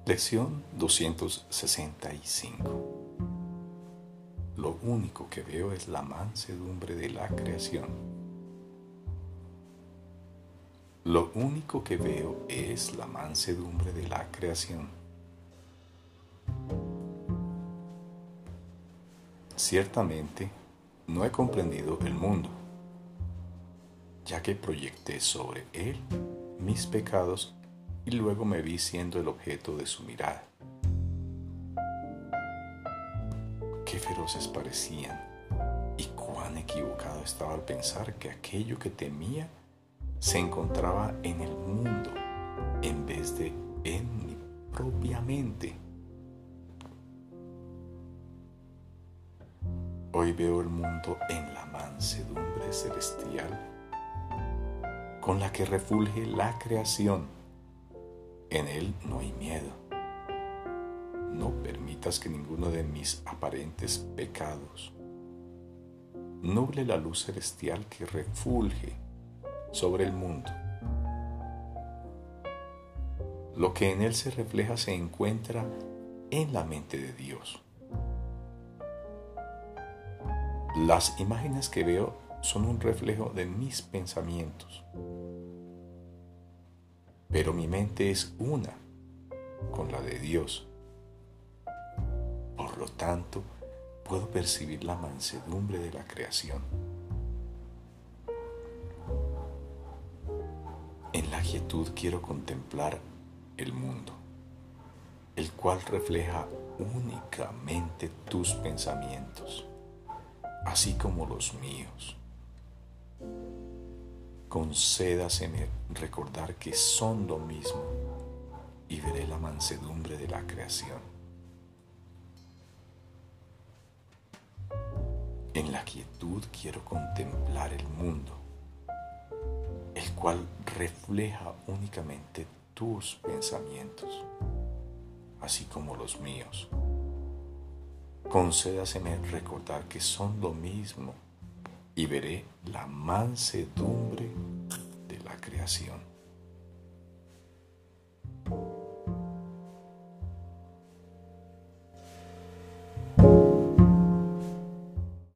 Lección 265. Lo único que veo es la mansedumbre de la creación. Lo único que veo es la mansedumbre de la creación. Ciertamente, no he comprendido el mundo, ya que proyecté sobre él mis pecados y luego me vi siendo el objeto de su mirada. Qué feroces parecían y cuán equivocado estaba al pensar que aquello que temía se encontraba en el mundo en vez de en mi propia mente. Hoy veo el mundo en la mansedumbre celestial con la que refulge la creación. En él no hay miedo. No permitas que ninguno de mis aparentes pecados nuble la luz celestial que refulge sobre el mundo. Lo que en él se refleja se encuentra en la mente de Dios. Las imágenes que veo son un reflejo de mis pensamientos, pero mi mente es una con la de Dios. Por lo tanto, puedo percibir la mansedumbre de la creación. En la quietud quiero contemplar el mundo, el cual refleja únicamente tus pensamientos, así como los míos. Concédaseme recordar que son lo mismo y veré la mansedumbre de la creación. En la quietud quiero contemplar el mundo, el cual refleja únicamente tus pensamientos, así como los míos. Concédaseme recordar que son lo mismo y veré la mansedumbre de la creación.